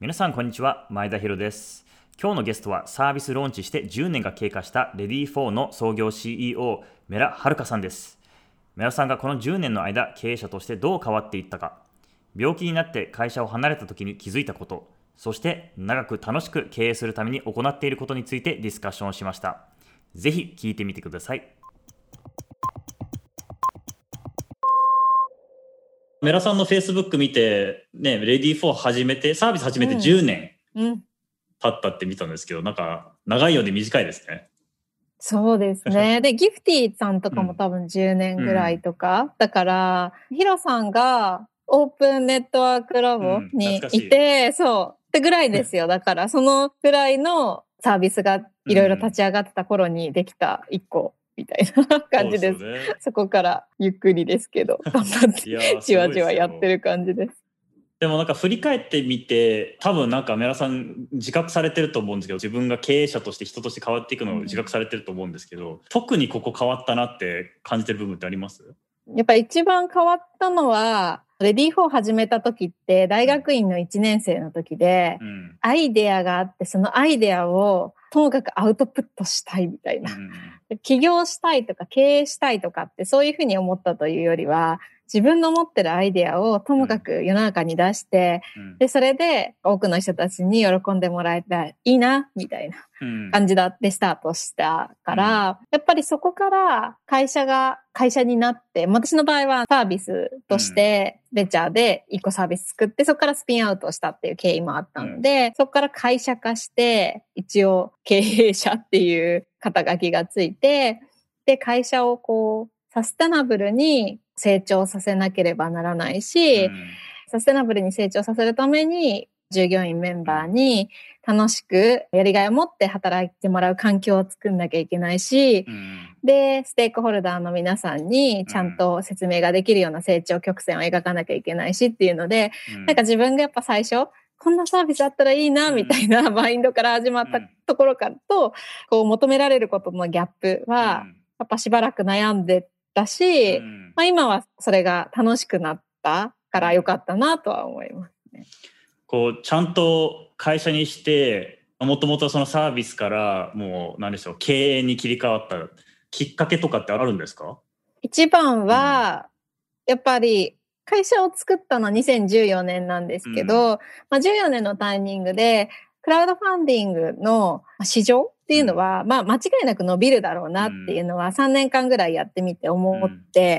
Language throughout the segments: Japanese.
皆さんこんにちは、前田博です。今日のゲストはサービスローンチして10年が経過したレディフォーの創業 CEO メラはるかさんです。メラさんがこの10年の間経営者としてどう変わっていったか、病気になって会社を離れた時に気づいたこと、そして長く楽しく経営するために行っていることについてディスカッションしました。ぜひ聞いてみてください。メラさんの Facebook 見て、ね、レディフォー始めて、サービス始めて10年経ったって見たんですけど、なんか長いようで短いですね。 そうですね。で、ギフティさんとかも多分10年ぐらいとか。だから、ヒロさんがオープンネットワークラボにいて、そう。ってぐらいですよ。だから、そのぐらいのサービスがいろいろ立ち上がってた頃にできた一個みたいな感じです。そこからゆっくりですけど、頑張ってじわじわやってる感じです。 でもなんか振り返ってみて、多分なんかメラさん自覚されてると思うんですけど、自分が経営者として人として変わっていくのを自覚されてると思うんですけど、特にここ変わったなって感じてる部分ってあります？ やっぱ一番変わったのは、レディフォー始めた時って大学院の1年生の時で、アイデアがあって、そのアイデアをともかくアウトプットしたいみたいな。起業したいとか経営したいとかってそういうふうに思ったというよりは、自分の持ってるアイデアをともかく世の中に出して、で、それで多くの人たちに喜んでもらえたらいいな、みたいな感じでスタートしたから、やっぱりそこから会社になって、私の場合はサービスとしてベンチャーで一個サービス作って、そこからスピンアウトしたっていう経緯もあったので、そこから会社化して、一応経営者っていう肩書きがついて、で、会社をサステナブルに成長させなければならないし、サステナブルに成長させるために従業員メンバーに楽しくやりがいを持って働いてもらう環境を作んなきゃいけないし、で、ステークホルダーの皆さんにちゃんと説明ができるような成長曲線を描かなきゃいけないしっていうので、なんか自分がやっぱ最初、こんなサービスあったらいいな、みたいなマインドから始まったところからと、求められることのギャップは、やっぱしばらく悩んでたし、今はそれが楽しくなったから良かったなとは思いますね。 ちゃんと会社にして、もともとそのサービスからもう何でしょう、経営に切り替わったきっかけとかってあるんですか？ 一番は、やっぱり会社を作ったのは2014年なんですけど、14年のタイミングで、クラウドファンディングの市場っていうのは、間違いなく伸びるだろうなっていうのは3年間ぐらいやってみて思って、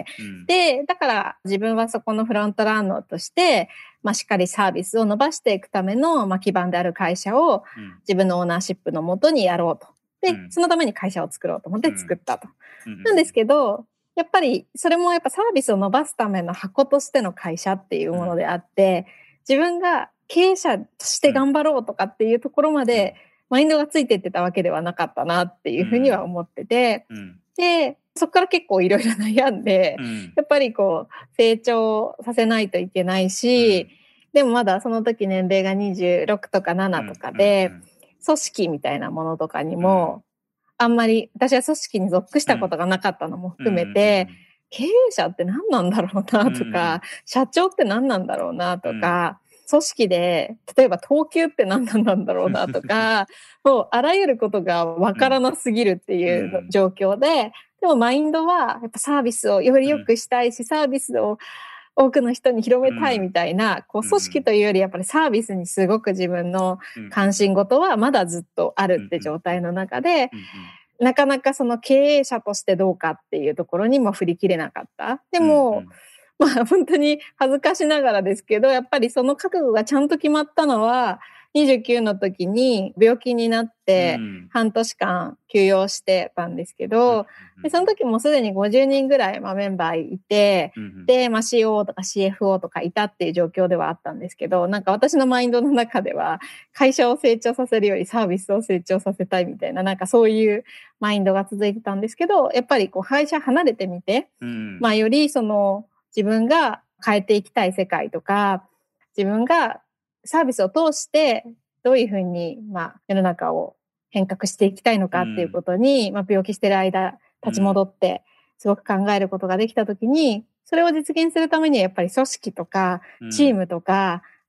で、だから自分はそこのフロントランナーとして、しっかりサービスを伸ばしていくための、基盤である会社を自分のオーナーシップのもとにやろうと。で、そのために会社を作ろうと思って作ったと。なんですけど、やっぱり、それもやっぱサービスを伸ばすための箱としての会社っていうものであって、自分が経営者として頑張ろうとかっていうところまで、マインドがついてってたわけではなかったなっていうふうには思ってて、で、そこから結構いろいろ悩んで、やっぱり成長させないといけないし、でもまだその時年齢が26とか7とかで、組織みたいなものとかにも、あんまり私は組織に属したことがなかったのも含めて、経営者って何なんだろうなとか、社長って何なんだろうなとか、組織で、例えば等級って何なんだろうなとか、もうあらゆることがわからなすぎるっていう状況で、でもマインドはやっぱサービスをより良くしたいし、サービスを多くの人に広めたいみたいな、組織というよりやっぱりサービスにすごく自分の関心事はまだずっとあるって状態の中で、なかなかその経営者としてどうかっていうところにも振り切れなかった。でも、本当に恥ずかしながらですけど、やっぱりその覚悟がちゃんと決まったのは、29の時に病気になって半年間休養してたんですけど、でその時もすでに50人ぐらいメンバーいて、で、COO とか CFO とかいたっていう状況ではあったんですけど、なんか私のマインドの中では会社を成長させるよりサービスを成長させたいみたいな、なんかそういうマインドが続いてたんですけど、やっぱり会社離れてみて、よりその自分が変えていきたい世界とか、自分がサービスを通してどういうふうに、世の中を変革していきたいのかっていうことに、病気してる間立ち戻ってすごく考えることができたときに、それを実現するためにはやっぱり組織とかチームとか、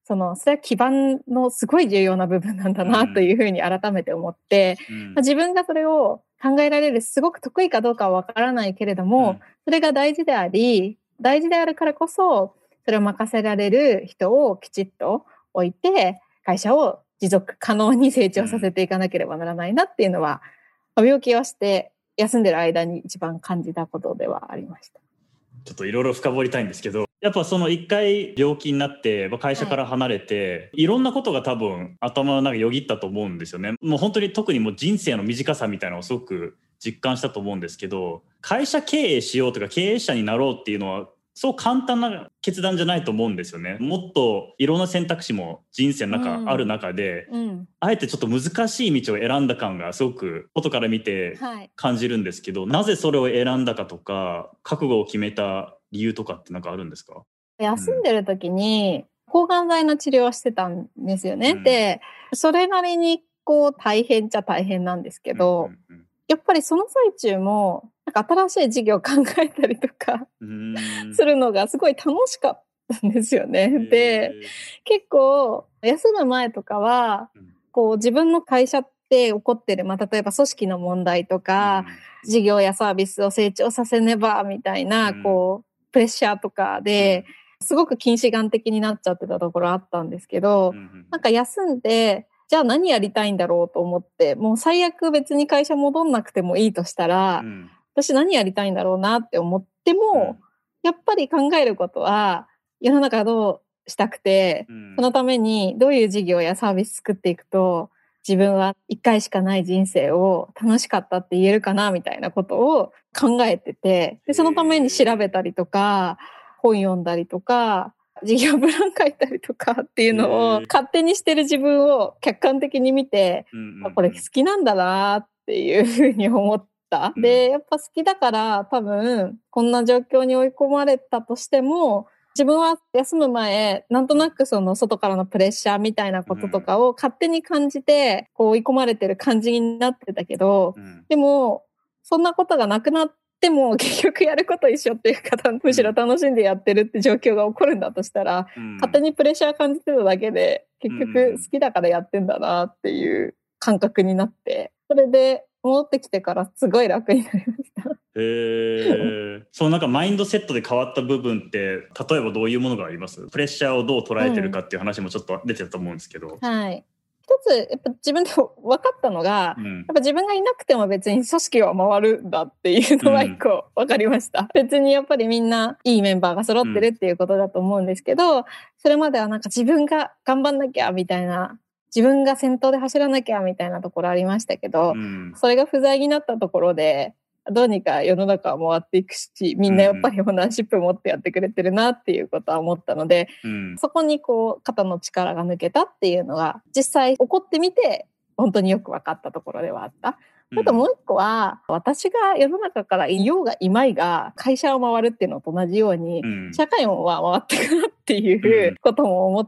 それは基盤のすごい重要な部分なんだなというふうに改めて思って、自分がそれを考えられるすごく得意かどうかはわからないけれども、それが大事であるからこそ、それを任せられる人をきちっと置いて、会社を持続可能に成長させていかなければならないなっていうのは、病気をして休んでる間に一番感じたことではありました。 ちょっといろいろ深掘りたいんですけど、やっぱその一回病気になって会社から離れて、いろんなことが多分頭の中よぎったと思うんですよね。もう本当に特にもう人生の短さみたいなのをすごく実感したと思うんですけど、会社経営しようとか経営者になろうっていうのはそう簡単な決断じゃないと思うんですよね。もっといろんな選択肢も人生の中ある中で、あえてちょっと難しい道を選んだ感がすごく外から見て感じるんですけど、なぜそれを選んだかとか覚悟を決めた理由とかって何かあるんですか？ 休んでる時に抗がん剤の治療をしてたんですよね。で、それなりに大変っちゃ大変なんですけど、やっぱりその最中も新しい事業を考えたりとかするのがすごい楽しかったんですよね。で、結構休む前とかは自分の会社って起こってる、例えば組織の問題とか、事業やサービスを成長させねばみたいなプレッシャーとかですごく近視眼的になっちゃってたところあったんですけど、休んでじゃあ何やりたいんだろうと思って、もう最悪別に会社戻んなくてもいいとしたら、私何やりたいんだろうなって思っても、やっぱり考えることは、世の中どうしたくて、そのためにどういう事業やサービス作っていくと、自分は一回しかない人生を楽しかったって言えるかなみたいなことを考えてて、で、そのために調べたりとか、本読んだりとか、事業プラン書いたりとかっていうのを勝手にしてる自分を客観的に見て、これ好きなんだなっていうふうに思った。で、やっぱ好きだから多分こんな状況に追い込まれたとしても、自分は休む前、なんとなくその外からのプレッシャーみたいなこととかを勝手に感じて、追い込まれてる感じになってたけど、でも、そんなことがなくなっても結局やること一緒っていう方、むしろ楽しんでやってるって状況が起こるんだとしたら、勝手にプレッシャー感じてただけで、結局好きだからやってんだなっていう感覚になって、それで戻ってきてからすごい楽になりました。 そのマインドセットで変わった部分って例えばどういうものがあります？プレッシャーをどう捉えてるかっていう話もちょっと出てたと思うんですけど、 はい。一つやっぱ自分でも分かったのが、やっぱ自分がいなくても別に組織は回るんだっていうのは一個分かりました。別にやっぱりみんないいメンバーが揃ってるっていうことだと思うんですけど、それまでは自分が頑張んなきゃみたいな、自分が先頭で走らなきゃみたいなところありましたけど、それが不在になったところで、どうにか世の中は回っていくし、みんなやっぱりオーナーシップ持ってやってくれてるなっていうことは思ったので、そこに肩の力が抜けたっていうのが実際起こってみて本当によく分かったところではあった。あともう一個は、私が世の中からいようがいまいが会社を回るっていうのと同じように、社会も回ってくなっていうことも思って、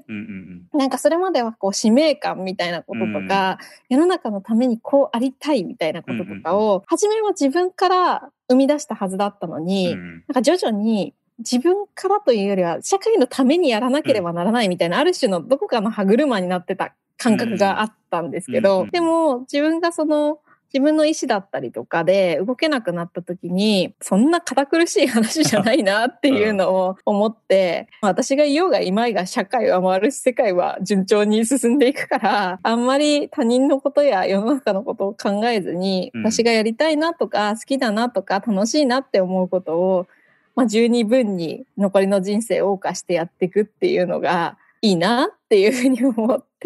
それまでは使命感みたいなこととか、世の中のためにこうありたいみたいなこととかを、初めは自分から生み出したはずだったのに、徐々に自分からというよりは社会のためにやらなければならないみたいな、ある種のどこかの歯車になってた感覚があったんですけど、でも自分が自分の意思だったりとかで動けなくなった時に、そんな堅苦しい話じゃないなっていうのを思って、私がいようがいまいが社会は回るし、世界は順調に進んでいくから、あんまり他人のことや世の中のことを考えずに、私がやりたいなとか好きだなとか楽しいなって思うことを、十二分に残りの人生を謳歌してやっていくっていうのがいいなっていうふうに思って、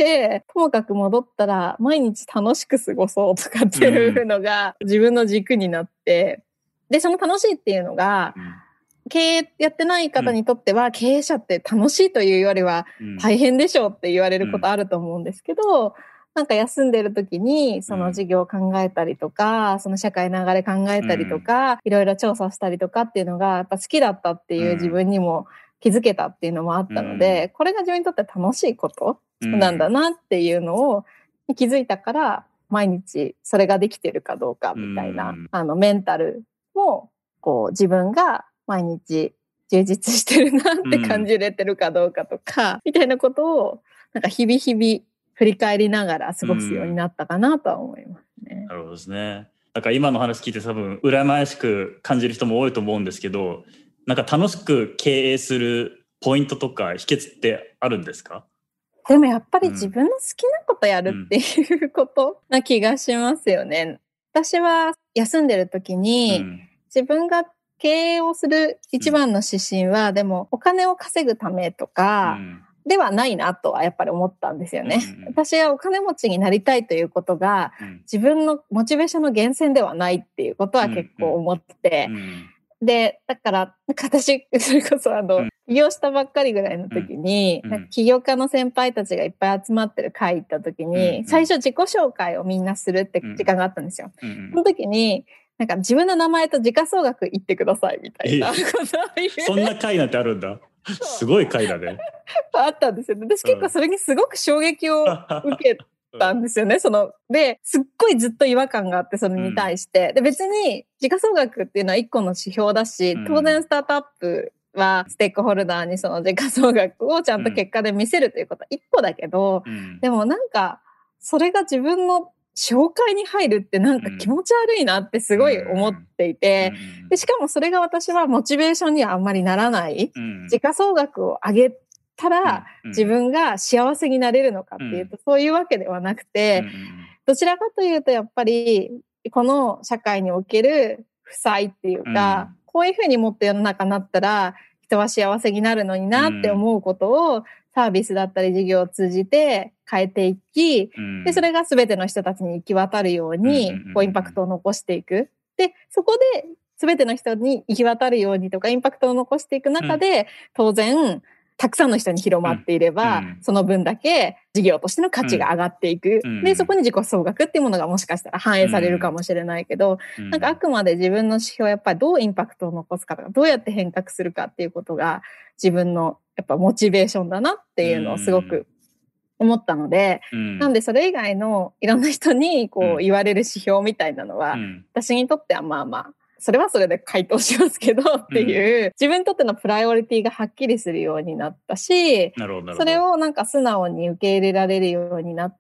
ともかく戻ったら毎日楽しく過ごそうとかっていうのが自分の軸になって、で、その楽しいっていうのが、経営やってない方にとっては経営者って楽しいというよりは大変でしょうって言われることあると思うんですけど、休んでる時にその事業を考えたりとか、その社会流れ考えたりとか、いろいろ調査したりとかっていうのがやっぱ好きだったっていう自分にも気づけたっていうのもあったので、これが自分にとって楽しいことなんだなっていうのを気づいたから、毎日それができてるかどうかみたいな、メンタルも自分が毎日充実してるなって感じれてるかどうかとか、みたいなことをなんか日々日々振り返りながら過ごすようになったかなとは思いますね。 なるほどですね。なんか今の話聞いて多分羨ましく感じる人も多いと思うんですけど、なんか楽しく経営するポイントとか秘訣ってあるんですか？ でもやっぱり自分の好きなことやるっていうことな気がしますよね。私は休んでる時に、自分が経営をする一番の指針は、でもお金を稼ぐためとかではないなとはやっぱり思ったんですよね。私はお金持ちになりたいということが、自分のモチベーションの源泉ではないっていうことは結構思って、で、だから、私、それこそ起業したばっかりぐらいの時に、起業家の先輩たちがいっぱい集まってる会行った時に、最初自己紹介をみんなするって時間があったんですよ。その時に、なんか自分の名前と時価総額言ってくださいみたいなことを言う。 そんな会なんてあるんだ。すごい会だね。 あったんですよね。私結構それにすごく衝撃を受けたんですよね。で、すっごいずっと違和感があって、それに対して。で、別に時価総額っていうのは一個の指標だし、当然スタートアップはステークホルダーにその時価総額をちゃんと結果で見せるということは一個だけど、でもなんか、それが自分の紹介に入るってなんか気持ち悪いなってすごい思っていて、で、しかもそれが私はモチベーションにはあんまりならない。時価総額を上げたら自分が幸せになれるのかっていうと、そういうわけではなくて、どちらかというとやっぱりこの社会における負債っていうか、こういうふうにもっと世の中になったら人は幸せになるのになって思うことをサービスだったり事業を通じて変えていき、で、それが全ての人たちに行き渡るように、こうインパクトを残していく。で、そこで全ての人に行き渡るようにとか、インパクトを残していく中で、当然、たくさんの人に広まっていれば、その分だけ事業としての価値が上がっていく。で、そこに自己総額っていうものがもしかしたら反映されるかもしれないけど、なんかあくまで自分の指標はやっぱりどうインパクトを残すかとか、どうやって変革するかっていうことが自分のやっぱモチベーションだなっていうのをすごく思ったので、なんでそれ以外のいろんな人にこう言われる指標みたいなのは、私にとってはまあまあ、それはそれで回答しますけどっていう、自分にとってのプライオリティがはっきりするようになったし、それをなんか素直に受け入れられるようになって、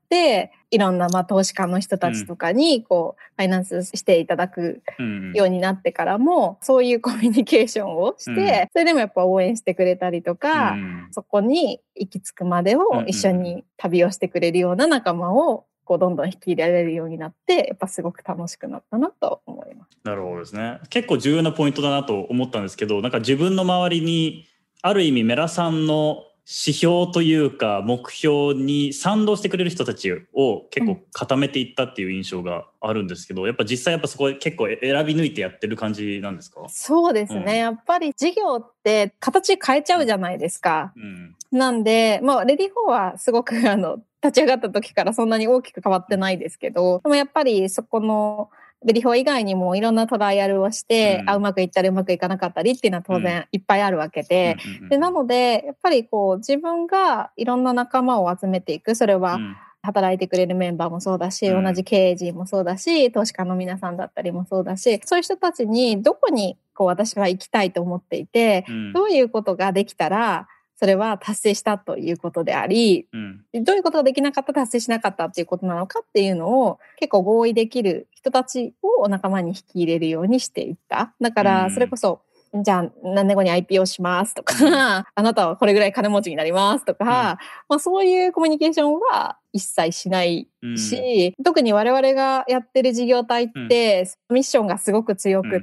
いろんなまあ投資家の人たちとかにこうファイナンスしていただくようになってからも、そういうコミュニケーションをして、それでもやっぱ応援してくれたりとか、そこに行き着くまでを一緒に旅をしてくれるような仲間をこうどんどん引き入れられるようになって、やっぱすごく楽しくなったなと思います。 なるほどですね。結構重要なポイントだなと思ったんですけど、なんか自分の周りにある意味メラさんの指標というか目標に賛同してくれる人たちを結構固めていったっていう印象があるんですけど、やっぱ実際やっぱそこ結構選び抜いてやってる感じなんですか？ そうですね。やっぱり事業って形変えちゃうじゃないですか。なんで、まあレディ4はすごく立ち上がった時からそんなに大きく変わってないですけど、でもやっぱりそこのレディ4以外にもいろんなトライアルをして、うまくいったりうまくいかなかったりっていうのは当然いっぱいあるわけで、で、なので、やっぱりこう自分がいろんな仲間を集めていく、それは働いてくれるメンバーもそうだし、同じ経営陣もそうだし、投資家の皆さんだったりもそうだし、そういう人たちにどこにこう私は行きたいと思っていて、どういうことができたら、それは達成したということであり、どういうことができなかった達成しなかったっていうことなのかっていうのを結構合意できる人たちをお仲間に引き入れるようにしていった。だからそれこそ、じゃあ何年後に IPO しますとか、あなたはこれぐらい金持ちになりますとか、まあそういうコミュニケーションは一切しないし、特に我々がやってる事業体ってミッションがすごく強くって、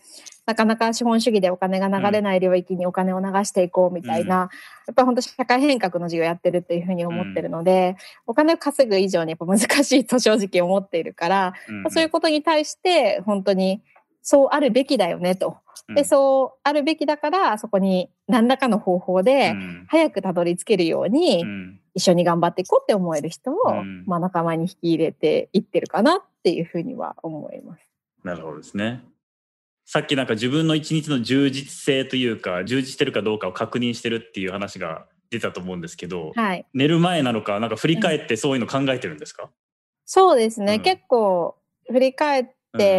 なかなか資本主義でお金が流れない領域にお金を流していこうみたいな、やっぱり本当社会変革の事業やってるっていうふうに思ってるので、お金を稼ぐ以上にやっぱ難しいと正直思っているから、そういうことに対して本当にそうあるべきだよねと。で、そうあるべきだからそこに何らかの方法で早くたどり着けるように一緒に頑張っていこうって思える人を、まあ仲間に引き入れていってるかなっていうふうには思います。 なるほどですね。さっきなんか自分の一日の充実性というか充実してるかどうかを確認してるっていう話が出たと思うんですけど、寝る前なのかなんか振り返ってそういうの考えてるんですか？ そうですね、結構振り返って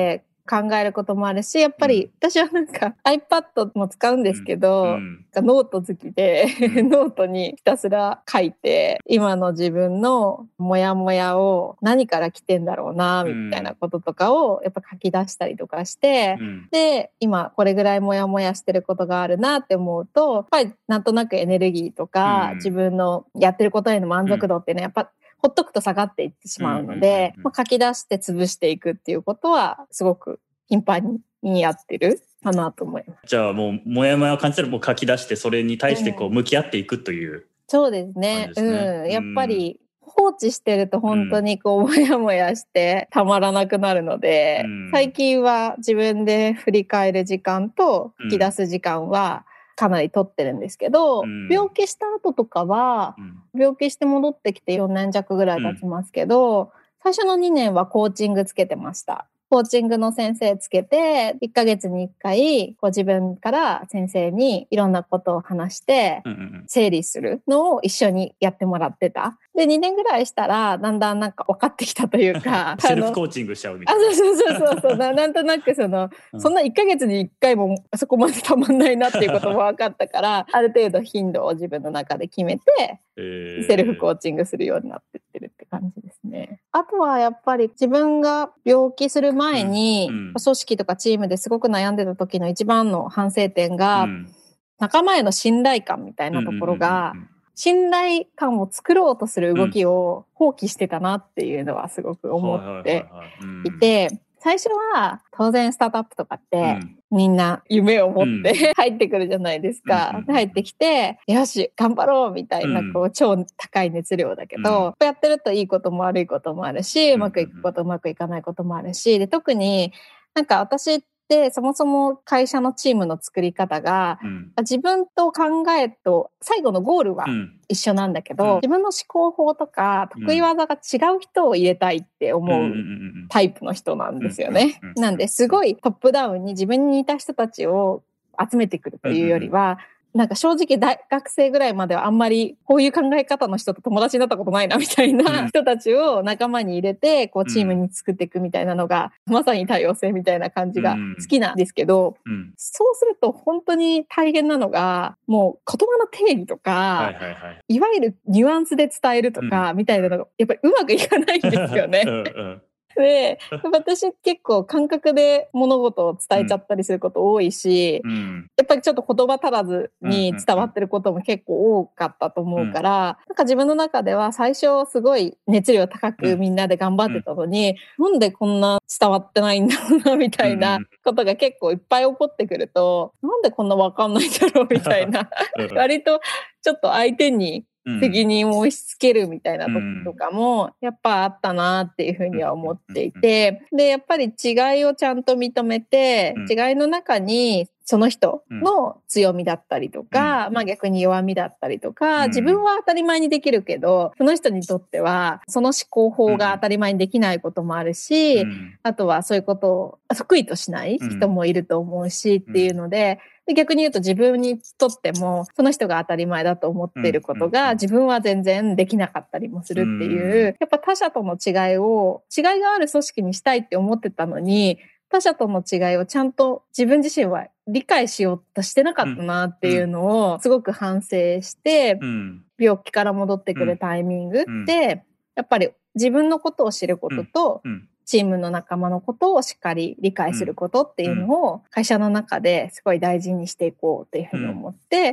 考えることもあるし、やっぱり私はなんか iPad も使うんですけど、ノート好きで、ノートにひたすら書いて、今の自分のモヤモヤを何から来てんだろうな、みたいなこととかをやっぱ書き出したりとかして、で、今これぐらいモヤモヤしてることがあるなって思うと、やっぱりなんとなくエネルギーとか、自分のやってることへの満足度っていうのはやっぱほっとくと下がっていってしまうので、書き出して潰していくっていうことはすごく頻繁にやってるかなと思います。 じゃあもうモヤモヤを感じたらもう書き出してそれに対してこう向き合っていくという、 そうですね。やっぱり放置してると本当にこうモヤモヤしてたまらなくなるので、最近は自分で振り返る時間と書き出す時間はかなり取ってるんですけど、病気した後とかは、病気して戻ってきて4年弱ぐらい経ちますけど、最初の2年はコーチングつけてました。コーチングの先生つけて、1ヶ月に1回、こう自分から先生にいろんなことを話して、整理するのを一緒にやってもらってた。で、2年ぐらいしたら、だんだんなんか分かってきたというか。 セルフコーチングしちゃうみたいな。 そう。なんとなくそんな1ヶ月に1回もそこまでたまんないなっていうことも分かったから、ある程度頻度を自分の中で決めて、セルフコーチングするようになってってるって感じですね。あとはやっぱり自分が病気する前に、組織とかチームですごく悩んでた時の一番の反省点が、仲間への信頼感みたいなところが、信頼感を作ろうとする動きを放棄してたなっていうのはすごく思っていて、最初は当然スタートアップとかってみんな夢を持って入ってくるじゃないですか。入ってきて、よし、頑張ろうみたいなこう超高い熱量だけど、やってるといいことも悪いこともあるし、うまくいくことうまくいかないこともあるし、で特になんか私で、そもそも会社のチームの作り方が、自分と考えと最後のゴールは一緒なんだけど、自分の思考法とか得意技が違う人を入れたいって思うタイプの人なんですよね。なんで、すごいトップダウンに自分に似た人たちを集めてくるというよりは、なんか正直大学生ぐらいまではあんまりこういう考え方の人と友達になったことないなみたいな人たちを仲間に入れてこうチームに作っていくみたいなのがまさに多様性みたいな感じが好きなんですけど、そうすると本当に大変なのがもう言葉の定義とか、いわゆるニュアンスで伝えるとかみたいなのがやっぱりうまくいかないんですよね。で、私結構感覚で物事を伝えちゃったりすること多いし、やっぱりちょっと言葉足らずに伝わってることも結構多かったと思うから、なんか自分の中では最初すごい熱量高くみんなで頑張ってたのに、なんでこんな伝わってないんだろうなみたいなことが結構いっぱい起こってくると、なんでこんなわかんないんだろうみたいな、割とちょっと相手に責任を押し付けるみたいな時とかもやっぱあったなっていうふうには思っていて、でやっぱり違いをちゃんと認めて、違いの中にその人の強みだったりとか、まあ逆に弱みだったりとか、自分は当たり前にできるけどその人にとってはその思考法が当たり前にできないこともあるし、あとはそういうことを得意としない人もいると思うしっていうので、逆に言うと自分にとってもその人が当たり前だと思っていることが自分は全然できなかったりもするっていう、やっぱ他者との違いがある組織にしたいって思ってたのに、他者との違いをちゃんと自分自身は理解しようとしてなかったなっていうのをすごく反省して、病気から戻ってくるタイミングで、やっぱり自分のことを知ることと、チームの仲間のことをしっかり理解することっていうのを会社の中ですごい大事にしていこうっていうふうに思って、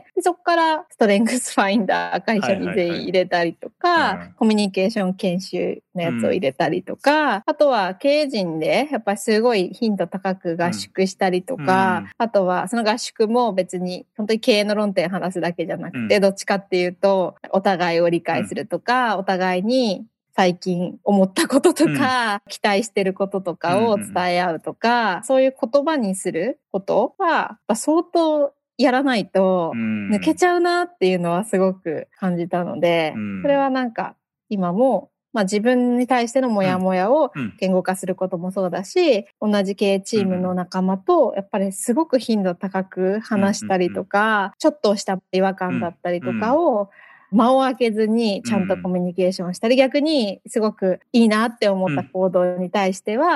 でそこからストレングスファインダー会社に全員入れたりとか、コミュニケーション研修のやつを入れたりとか、あとは経営陣でやっぱりすごい頻度高く合宿したりとか、あとはその合宿も別に本当に経営の論点話すだけじゃなくて、どっちかっていうとお互いを理解するとか、お互いに最近思ったこととか、期待してることとかを伝え合うとか、そういう言葉にすることは相当やらないと抜けちゃうなっていうのはすごく感じたので、それはなんか今も自分に対してのモヤモヤを言語化することもそうだし、同じ経営チームの仲間とやっぱりすごく頻度高く話したりとか、ちょっとした違和感だったりとかを間を空けずにちゃんとコミュニケーションしたり、逆にすごくいいなって思った行動に対しては、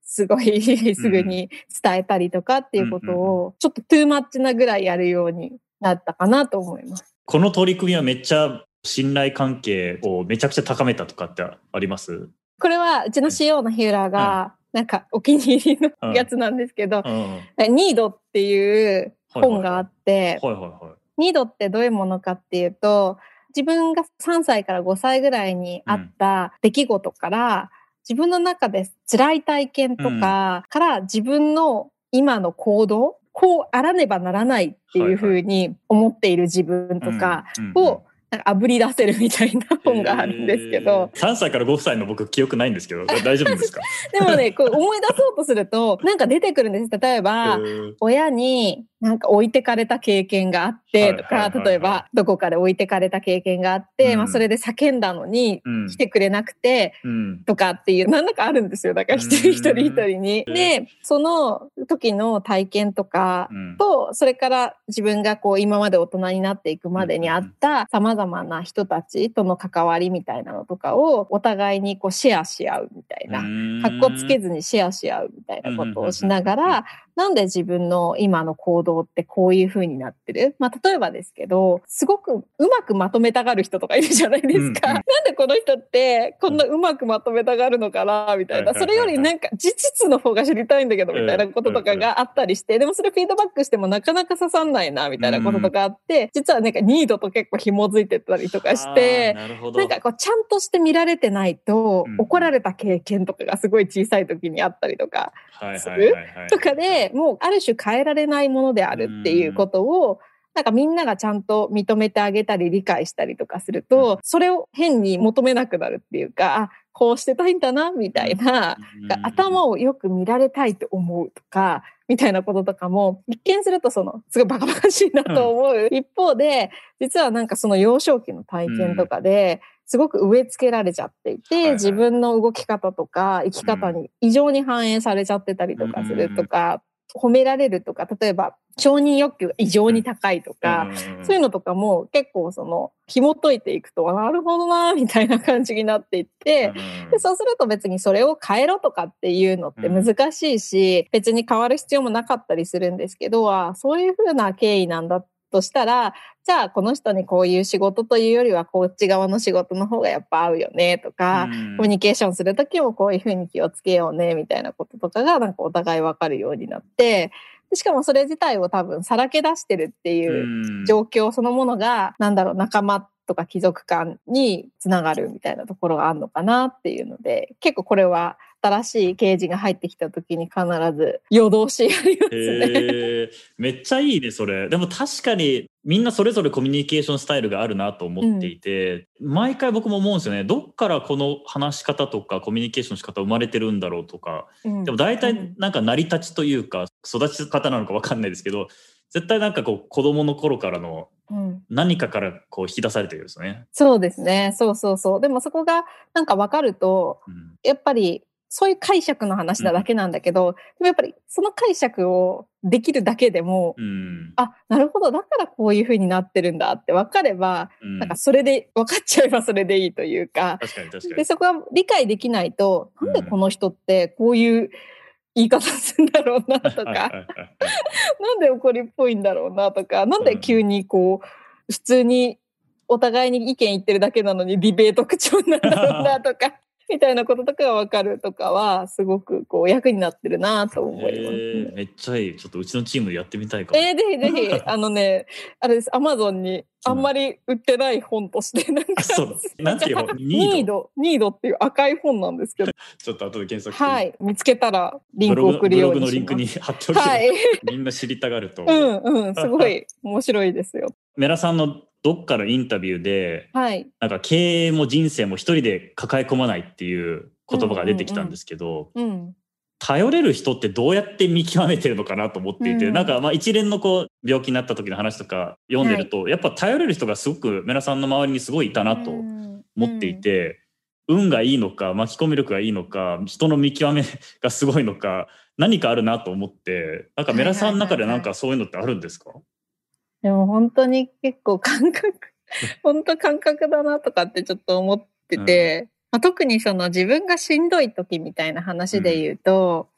すごいすぐに伝えたりとかっていうことを、ちょっとトゥーマッチなぐらいやるようになったかなと思います。 この取り組みはめっちゃ信頼関係をめちゃくちゃ高めたとかってあります？ これはうちの CEO の日浦が、なんかお気に入りのやつなんですけど、ニードっていう本があって、ニードってどういうものかっていうと、自分が3歳から5歳ぐらいにあった出来事から、自分の中で辛い体験とかから自分の今の行動、こうあらねばならないっていうふうに思っている自分とかをあぶり出せるみたいな本があるんですけど、 3歳から5歳の僕記憶ないんですけど大丈夫ですか？ でもね、こう思い出そうとするとなんか出てくるんです。例えば親になんか置いてかれた経験があってとか、例えばどこかで置いてかれた経験があって、それで叫んだのに来てくれなくてとかっていう何だかあるんですよ。だから一人一人に。で、その時の体験とかと、それから自分がこう今まで大人になっていくまでにあった様々な人たちとの関わりみたいなのとかをお互いにこうシェアし合うみたいな、かっこつけずにシェアし合うみたいなことをしながら、なんで自分の今の行動ってこういう風になってる？例えばですけど、すごくうまくまとめたがる人とかいるじゃないですか。なんでこの人ってこんなうまくまとめたがるのかなみたいな。それよりなんか事実の方が知りたいんだけどみたいなこととかがあったりして、でもそれフィードバックしてもなかなか刺さんないなみたいなこととかあって、実はなんかニードと結構紐づいてたりとかして、なんかこうちゃんとして見られてないと怒られた経験とかがすごい小さい時にあったりとかするとかで、もうある種変えられないものであるっていうことをなんかみんながちゃんと認めてあげたり理解したりとかすると、それを変に求めなくなるっていうか、あ、こうしてたいんだなみたいな、頭をよく見られたいと思うとかみたいなこととかも一見するとすごいバカバカしいなと思う一方で、実はなんかその幼少期の体験とかですごく植え付けられちゃっていて、自分の動き方とか生き方に異常に反映されちゃってたりとかするとか、褒められるとか、例えば承認欲求が異常に高いとか、そういうのとかも結構紐解いていくと、なるほどなみたいな感じになっていって、でそうすると別にそれを変えろとかっていうのって難しいし、別に変わる必要もなかったりするんですけど、そういう風な経緯なんだとしたら、じゃあこの人にこういう仕事というよりはこっち側の仕事の方がやっぱ合うよねとか、コミュニケーションするときもこういうふうに気をつけようねみたいなこととかがなんかお互い分かるようになって、しかもそれ自体を多分さらけ出してるっていう状況そのものが仲間とか貴族感につながるみたいなところがあるのかなっていうので、結構これは新しい刑事が入ってきた時に必ず夜通しやりますね。 めっちゃいいねそれ。でも確かにみんなそれぞれコミュニケーションスタイルがあるなと思っていて、毎回僕も思うんですよね。どっからこの話し方とかコミュニケーションの仕方生まれてるんだろうとか、でも大体なんか成り立ちというか育ち方なのか分かんないですけど、絶対なんかこう子供の頃からの何かからこう引き出されてるんですね。 そうですね。そう。でもそこがなんか分かると、やっぱりそういう解釈の話なだけなんだけど、でもやっぱりその解釈をできるだけでも、あ、なるほど、だからこういう風になってるんだって分かれば、なんかそれで分かっちゃえばそれでいいというか、でそこは理解できないと、なんでこの人ってこういう言い方するんだろうなとか、なんで怒りっぽいんだろうなとか、なんで急にこう普通にお互いに意見言ってるだけなのにディベート口調なんだろうなとかみたいなこととかが分かるとかはすごくこう役になってるなと思います、 めっちゃいい。ちょっとうちのチームでやってみたいかも。 ぜひぜひあれです、アマゾンにあんまり売ってない本としてなんていう本？ ニードっていう赤い本なんですけどちょっと後で検索して、見つけたらリンク送るようにします。 ブログのリンクに貼っておけば、みんな知りたがるとすごい面白いですよ。 メラさんのどっかのインタビューで、なんか経営も人生も一人で抱え込まないっていう言葉が出てきたんですけど、頼れる人ってどうやって見極めてるのかなと思っていて、なんか一連のこう病気になった時の話とか読んでると、やっぱ頼れる人がすごくメラさんの周りにすごいいたなと思っていて、運がいいのか巻き込み力がいいのか人の見極めがすごいのか何かあるなと思って、なんかメラさんの中でなんかそういうのってあるんですか？ でも本当に結構本当感覚だなとかってちょっと思ってて、特に自分がしんどい時みたいな話で言うと、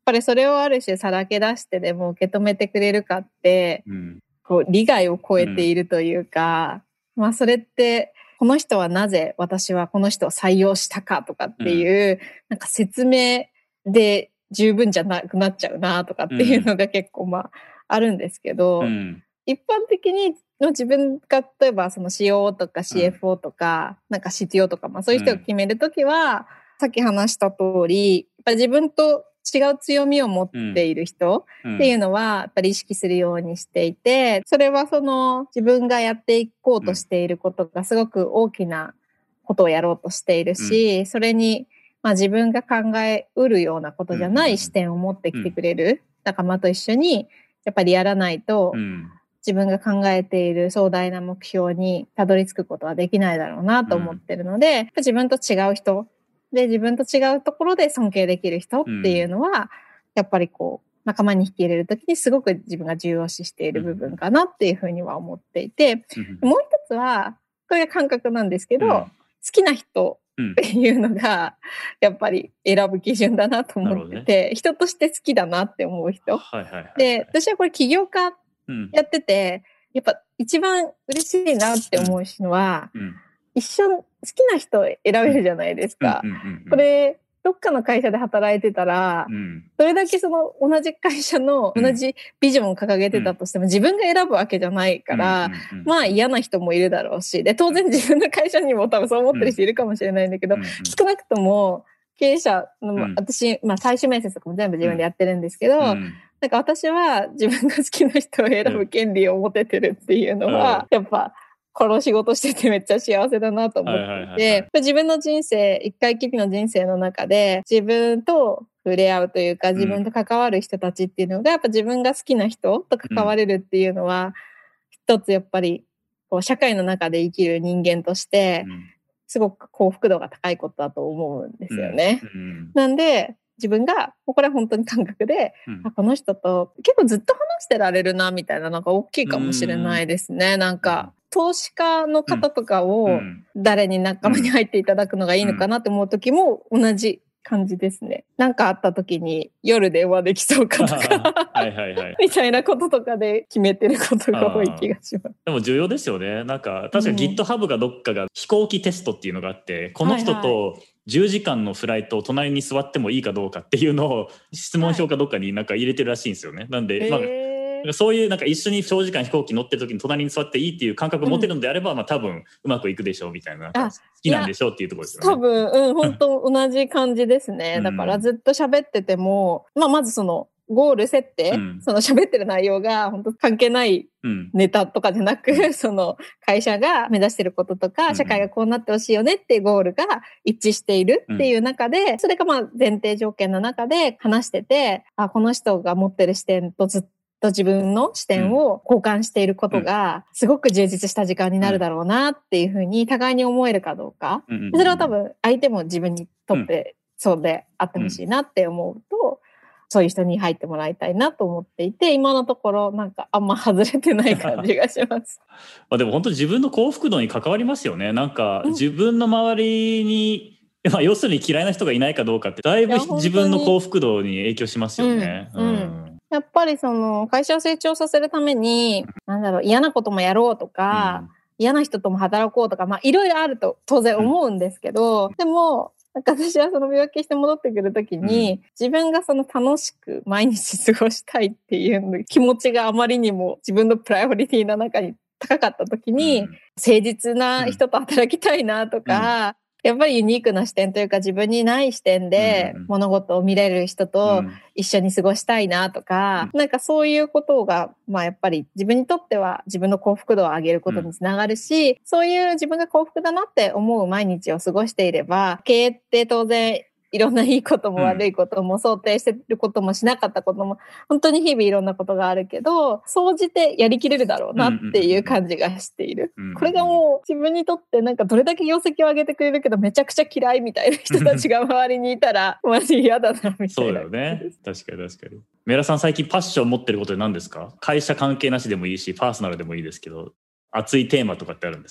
ぱりそれをある種さらけ出してでも受け止めてくれるかって、こう利害を超えているというか、まあそれってこの人はなぜ私はこの人を採用したかとかっていう、なんか説明で十分じゃなくなっちゃうなとかっていうのが結構まああるんですけど、一般的に自分が例えばその COO とか CFO とか、なんか CTO とか、まあそういう人を決めるときは、さっき話した通り、やっぱり自分と違う強みを持っている人っていうのはやっぱり意識するようにしていて、それはその自分がやっていこうとしていることがすごく大きなことをやろうとしているし、それにまあ自分が考えうるようなことじゃない視点を持ってきてくれる仲間と一緒にやっぱりやらないと、自分が考えている壮大な目標にたどり着くことはできないだろうなと思ってるので、自分と違う人で自分と違うところで尊敬できる人っていうのは、やっぱりこう仲間に引き入れるときにすごく自分が重要視している部分かなっていうふうには思っていて、もう一つはこれが感覚なんですけど、好きな人っていうのがやっぱり選ぶ基準だなと思ってて、人として好きだなって思う人、で私はこれ起業家やってて、やっぱ一番嬉しいなって思うのは、一緒好きな人を選べるじゃないですか。これどっかの会社で働いてたら、どれだけその同じ会社の同じビジョンを掲げてたとしても、自分が選ぶわけじゃないから、まあ嫌な人もいるだろうし、で当然自分の会社にも多分そう思ってる人いるかもしれないんだけど、少なくとも経営者の、私、まあ最終面接とかも全部自分でやってるんですけど、なんか私は自分が好きな人を選ぶ権利を持ててるっていうのは、やっぱこの仕事しててめっちゃ幸せだなと思っていて、自分の人生、一回きりの人生の中で自分と触れ合うというか、自分と関わる人たちっていうのが、やっぱ自分が好きな人と関われるっていうのは、一つやっぱりこう社会の中で生きる人間として、すごく幸福度が高いことだと思うんですよね。なんで、自分が、もうこれは本当に感覚で、この人と結構ずっと話してられるな、みたいなのが大きいかもしれないですね。なんか、投資家の方とかを誰に仲間に入っていただくのがいいのかなって思う時も同じ感じですね。なんかあった時に夜電話できそうかとかみたいなこととかで決めてることが多い気がします。 でも重要ですよね。なんか確か GitHub がどっかが飛行機テストっていうのがあって、この人と10時間のフライトを隣に座ってもいいかどうかっていうのを質問票かどっかになんか入れてるらしいんですよね。なんで、まあそういうなんか一緒に長時間飛行機乗ってる時に隣に座っていいっていう感覚を持てるのであれば、まあ多分うまくいくでしょうみたいな、好きなんでしょうっていうところですよね。 多分、本当同じ感じですね。だからずっと喋ってても、まあまずそのゴール設定、その喋ってる内容が本当関係ないネタとかじゃなく、その会社が目指してることとか、社会がこうなってほしいよねっていうゴールが一致しているっていう中で、それがまあ前提条件の中で話してて、この人が持ってる視点とずっと自分の視点を交換していることがすごく充実した時間になるだろうなっていうふうに互いに思えるかどうか。それは多分相手も自分にとってそうであってほしいなって思うと、そういう人に入ってもらいたいなと思っていて、今のところなんかあんま外れてない感じがします。 でも本当に自分の幸福度に関わりますよね。なんか自分の周りに、要するに嫌いな人がいないかどうかってだいぶ自分の幸福度に影響しますよね。 やっぱりその会社を成長させるために、嫌なこともやろうとか、嫌な人とも働こうとか、まあいろいろあると当然思うんですけど、でも、なんか私はその病気して戻ってくるときに、自分がその楽しく毎日過ごしたいっていう気持ちがあまりにも自分のプライオリティの中に高かったときに、誠実な人と働きたいなとか、やっぱりユニークな視点というか自分にない視点で物事を見れる人と一緒に過ごしたいなとか、なんかそういうことが、まあやっぱり自分にとっては自分の幸福度を上げることにつながるし、そういう自分が幸福だなって思う毎日を過ごしていれば、経営って当然いろんないいことも悪いことも想定してることもしなかったことも本当に日々いろんなことがあるけど、総じてやりきれるだろうなっていう感じがしている。これがもう自分にとってなんかどれだけ業績を上げてくれるけどめちゃくちゃ嫌いみたいな人たちが周りにいたらマジ嫌だなみたいな。 そうだよね。確かに確かに。メラさん最近パッション持ってることで何ですか？会社関係なしでもいいしパーソナルでもいいですけど、熱いテーマとかってあるんですか？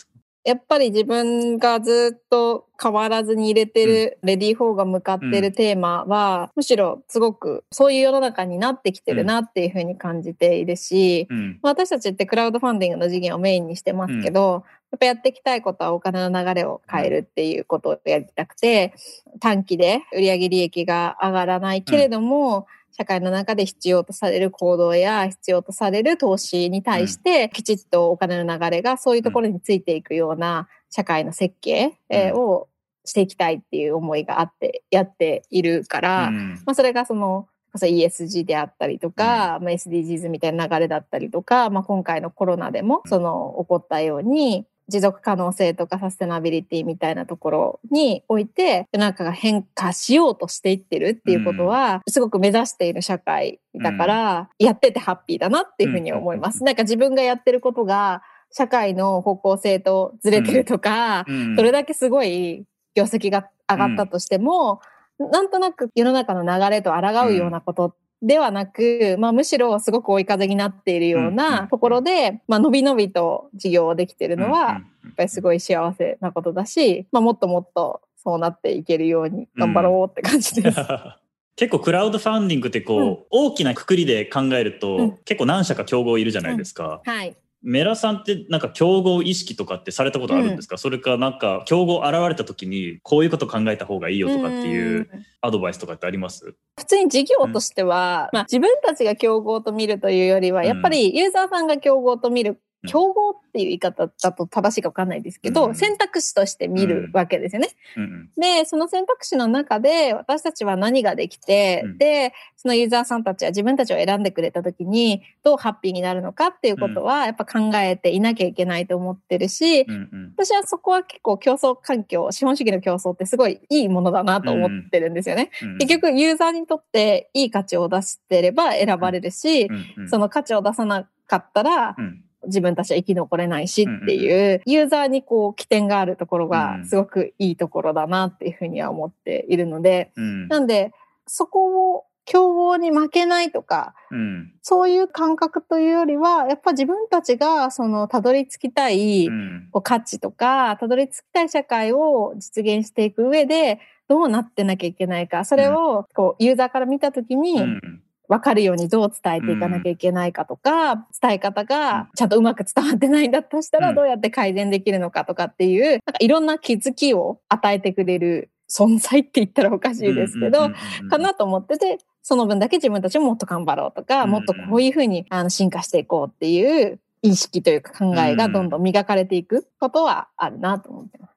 やっぱり自分がずっと変わらずに入れてる、レディー4が向かってるテーマは、むしろすごくそういう世の中になってきてるなっていうふうに感じているし、私たちってクラウドファンディングの事業をメインにしてますけど、やっぱやっていきたいことはお金の流れを変えるっていうことをやりたくて、短期で売上利益が上がらないけれども、社会の中で必要とされる行動や必要とされる投資に対して、きちっとお金の流れがそういうところについていくような社会の設計をしていきたいっていう思いがあってやっているから、それがそのESG であったりとか、SDGs みたいな流れだったりとか、今回のコロナでも起こったように、持続可能性とかサステナビリティみたいなところにおいて、世の中が変化しようとしていってるっていうことは、すごく目指している社会だから、やっててハッピーだなっていうふうに思います。なんか自分がやってることが、社会の方向性とずれてるとか、それだけすごい業績が上がったとしても、なんとなく世の中の流れと抗うようなことではなく、むしろすごく追い風になっているようなところで、のびのびと事業をできているのは、やっぱりすごい幸せなことだし、もっともっとそうなっていけるように頑張ろうって感じです。 結構クラウドファンディングって大きな括りで考えると、結構何社か競合いるじゃないですか。 はい。 メラさんってなんか競合意識とかってされたことあるんですか？それかなんか競合現れた時にこういうこと考えた方がいいよとかっていうアドバイスとかってあります？ 普通に事業としては、自分たちが競合と見るというよりは、やっぱりユーザーさんが競合と見る、競合っていう言い方だと正しいか分かんないですけど、選択肢として見るわけですよね。で、その選択肢の中で私たちは何ができて、で、そのユーザーさんたちは自分たちを選んでくれた時にどうハッピーになるのかっていうことはやっぱ考えていなきゃいけないと思ってるし、私はそこは結構競争環境、資本主義の競争ってすごいいいものだなと思ってるんですよね。結局ユーザーにとっていい価値を出してれば選ばれるし、その価値を出さなかったら、自分たちは生き残れないしっていう、ユーザーに起点があるところがすごくいいところだなっていうふうには思っているので、なんで、そこを競合に負けないとか、そういう感覚というよりは、やっぱ自分たちがたどり着きたい価値とか、たどり着きたい社会を実現していく上で、どうなってなきゃいけないか、それをユーザーから見たときに、分かるようにどう伝えていかなきゃいけないかとか、伝え方がちゃんとうまく伝わってないんだとしたらどうやって改善できるのかとかっていう、なんかいろんな気づきを与えてくれる存在って言ったらおかしいですけど、かなと思ってて、その分だけ自分たちももっと頑張ろうとか、もっとこういうふうに進化していこうっていう意識というか考えがどんどん磨かれていくことはあるなと思ってます。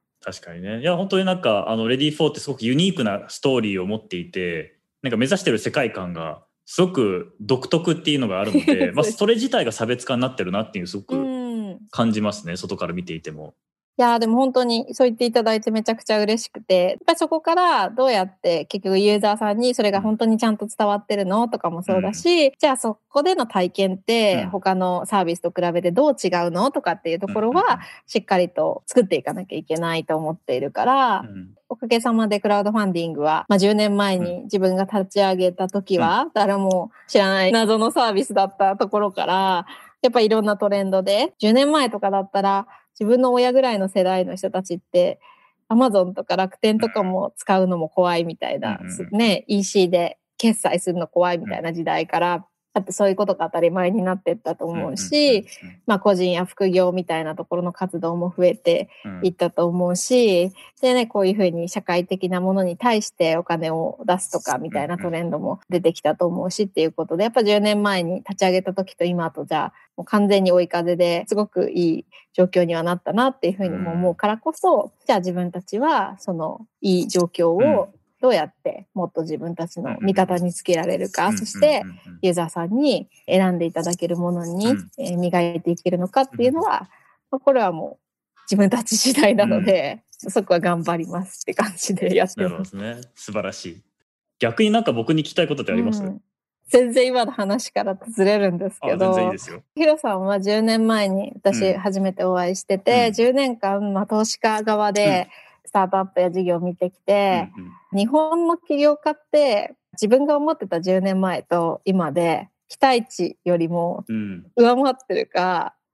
確かにね。いや、本当になんか、レディー4ってすごくユニークなストーリーを持っていて、なんか目指してる世界観がすごく独特っていうのがあるので、それ自体が差別化になってるなっていうすごく感じますね、外から見ていても。 いやーでも本当にそう言っていただいてめちゃくちゃ嬉しくて、やっぱりそこからどうやって結局ユーザーさんにそれが本当にちゃんと伝わってるのとかもそうだし、じゃあそこでの体験って他のサービスと比べてどう違うのとかっていうところはしっかりと作っていかなきゃいけないと思っているから、おかげさまでクラウドファンディングは、10年前に自分が立ち上げた時は誰も知らない謎のサービスだったところから、やっぱりいろんなトレンドで、10年前とかだったら自分の親ぐらいの世代の人たちって、アマゾンとか楽天とかも使うのも怖いみたいな、ね、EC で決済するの怖いみたいな時代から、だってそういうことが当たり前になっていったと思うし、個人や副業みたいなところの活動も増えていったと思うし、でね、こういうふうに社会的なものに対してお金を出すとかみたいなトレンドも出てきたと思うしっていうことで、やっぱ10年前に立ち上げた時と今とじゃあ、もう完全に追い風ですごくいい状況にはなったなっていうふうにも思うからこそ、じゃあ自分たちはそのいい状況をどうやってもっと自分たちの味方につけられるか、そしてユーザーさんに選んでいただけるものに磨いていけるのかっていうのは、これはもう自分たち次第なので、そこは頑張りますって感じでやってます。 なるほどね。素晴らしい。逆になんか僕に聞きたいことってあります？ 全然今の話からずれるんですけど、 全然いいですよ。 ヒロさんは10年前に私初めてお会いしてて、10年間、投資家側でスタートアップや事業を見てきて、日本の起業家って自分が思ってた10年前と今で期待値よりも上回ってるか、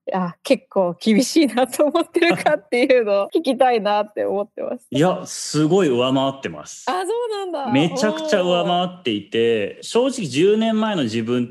結構厳しいなと思ってるかっていうのを聞きたいなって思ってます。 いや、すごい上回ってます。 そうなんだ。 めちゃくちゃ上回っていて、正直10年前の自分って、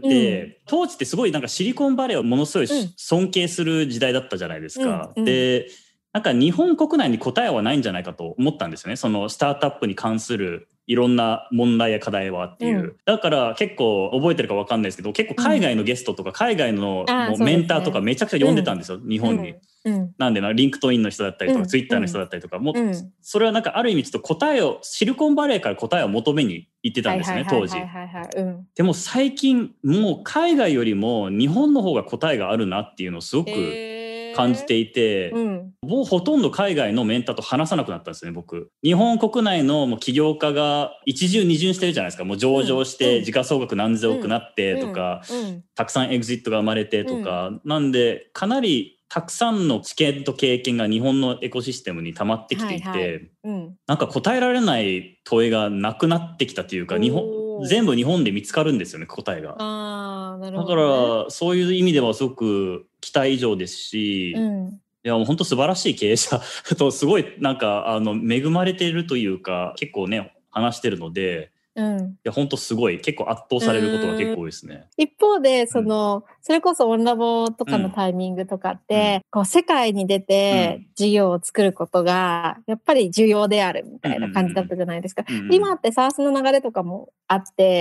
当時ってすごいなんかシリコンバレーをものすごい尊敬する時代だったじゃないですか。で、なんか日本国内に答えはないんじゃないかと思ったんですよね。そのスタートアップに関するいろんな問題や課題はっていう。だから結構覚えてるか分かんないですけど、結構海外のゲストとか海外のメンターとかめちゃくちゃ呼んでたんですよ、日本に。なんでリンクトインの人だったりとか、ツイッターの人だったりとか、それはなんかある意味ちょっと答えを、シリコンバレーから答えを求めに行ってたんですね、当時。でも最近もう海外よりも日本の方が答えがあるなっていうのをすごく感じていて、もうほとんど海外のメンターと話さなくなったんですね、僕。日本国内のもう起業家が一重二重してるじゃないですか。もう上場して時価総額何千億なってとか、たくさんエグジットが生まれてとか、なんでかなりたくさんの知見と経験が日本のエコシステムに溜まってきていて、なんか答えられない問いがなくなってきたというか、全部日本で見つかるんですよね、答えが。 なるほどね。 だからそういう意味ではすごく期待以上ですし、いやもう本当素晴らしい経営者とすごいなんか恵まれているというか、結構ね話してるので、いや本当すごい結構圧倒されることが結構多いですね。 一方でそれこそオンラボとかのタイミングとかって、こう世界に出て事業を作ることがやっぱり重要であるみたいな感じだったじゃないですか。今ってサースの流れとかもあって、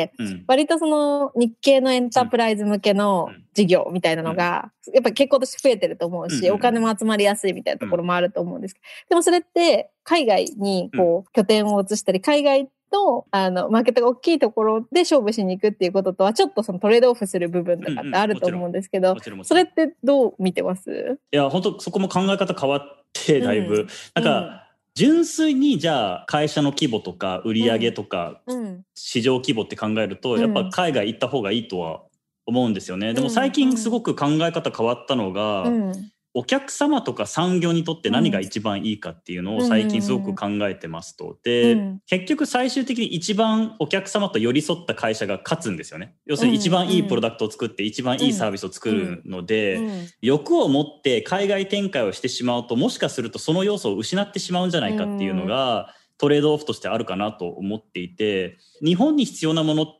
割とその日系のエンタープライズ向けの事業みたいなのがやっぱり結構として増えてると思うし、お金も集まりやすいみたいなところもあると思うんですけど、でもそれって海外にこう拠点を移したり、海外とマーケットが大きいところで勝負しに行くっていうこととはちょっとそのトレードオフする部分とかってあると思うんですけど、それってどう見てます？ いや本当そこも考え方変わってだいぶ、なんか純粋にじゃあ会社の規模とか売上とか市場規模って考えると、やっぱ海外行った方がいいとは思うんですよね。でも最近すごく考え方変わったのが、お客様とか産業にとって何が一番いいかっていうのを最近すごく考えてますと。で、結局最終的に一番お客様と寄り添った会社が勝つんですよね。要するに一番いいプロダクトを作って一番いいサービスを作るので、欲を持って海外展開をしてしまうと、もしかするとその要素を失ってしまうんじゃないかっていうのがトレードオフとしてあるかなと思っていて、日本に必要なものって、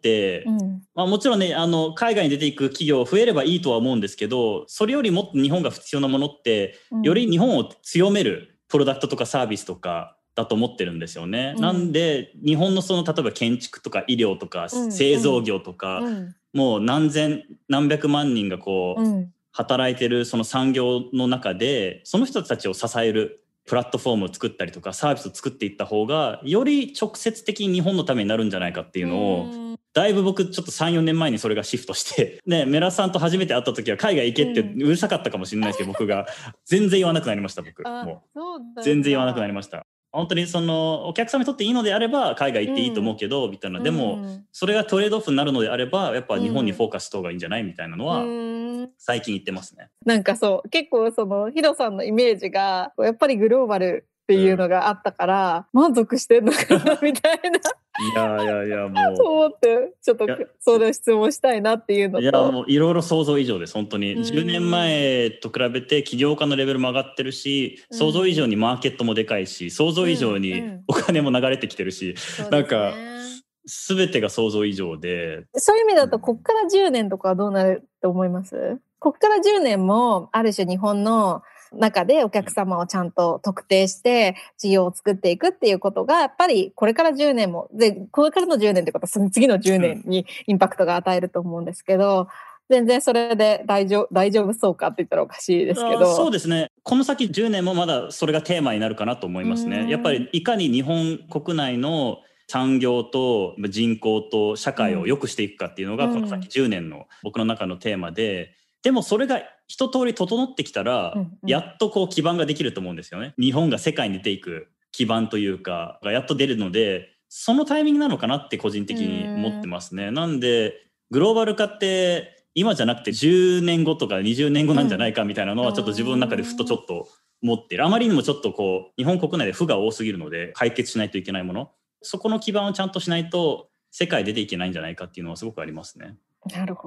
もちろんね海外に出ていく企業増えればいいとは思うんですけど、それよりもっと日本が必要なものって、より日本を強めるプロダクトとかサービスとかだと思ってるんですよね。なんで日本のその例えば建築とか医療とか製造業とか、もう何百万人がこう働いてるその産業の中で、その人たちを支えるプラットフォームを作ったりとかサービスを作っていった方がより直接的に日本のためになるんじゃないかっていうのを、だいぶ僕ちょっと 3,4 年前にそれがシフトしてね、メラさんと初めて会った時は海外行けってうるさかったかもしれないですけど、僕が全然言わなくなりました。僕もう全然言わなくなりました。本当にそのお客様にとっていいのであれば海外行っていいと思うけど、みたいな。でもそれがトレードオフになるのであればやっぱ日本にフォーカスした方がいいんじゃないみたいなのは最近言ってますね。 なんかそう結構そのヒロさんのイメージがやっぱりグローバルっていうのがあったから、満足してんのかなみたいな。 いやもうそう思ってちょっとそれを質問したいなっていうのと、 いやもういろいろ想像以上です。本当に10年前と比べて起業家のレベルも上がってるし、想像以上にマーケットもでかいし、想像以上にお金も流れてきてるし、なんか全てが想像以上で、 そういう意味だとこっから10年とかはどうなると思います？こっから10年もある種日本の中でお客様をちゃんと特定して事業を作っていくっていうことがやっぱりこれから10年もで、これからの10年ってことはその次の10年にインパクトが与えると思うんですけど、全然それで大丈夫そうかって言ったらおかしいですけど。 そうですね。この先10年もまだそれがテーマになるかなと思いますね。やっぱりいかに日本国内の産業と人口と社会を良くしていくかっていうのがこの先10年の僕の中のテーマで、でもそれが一通り整ってきたら、やっとこう基盤ができると思うんですよね。日本が世界に出ていく基盤というかがやっと出るので、そのタイミングなのかなって個人的に思ってますね。なんでグローバル化って今じゃなくて10年後とか20年後なんじゃないかみたいなのはちょっと自分の中でふとちょっと思ってる。あまりにもちょっとこう日本国内で負が多すぎるので解決しないといけないもの、そこの基盤をちゃんとしないと世界出ていけないんじゃないかっていうのはすごくありますね。 なるほど。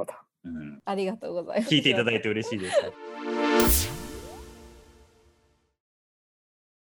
うん、 ありがとうございます。 聞いていただいて嬉しいです。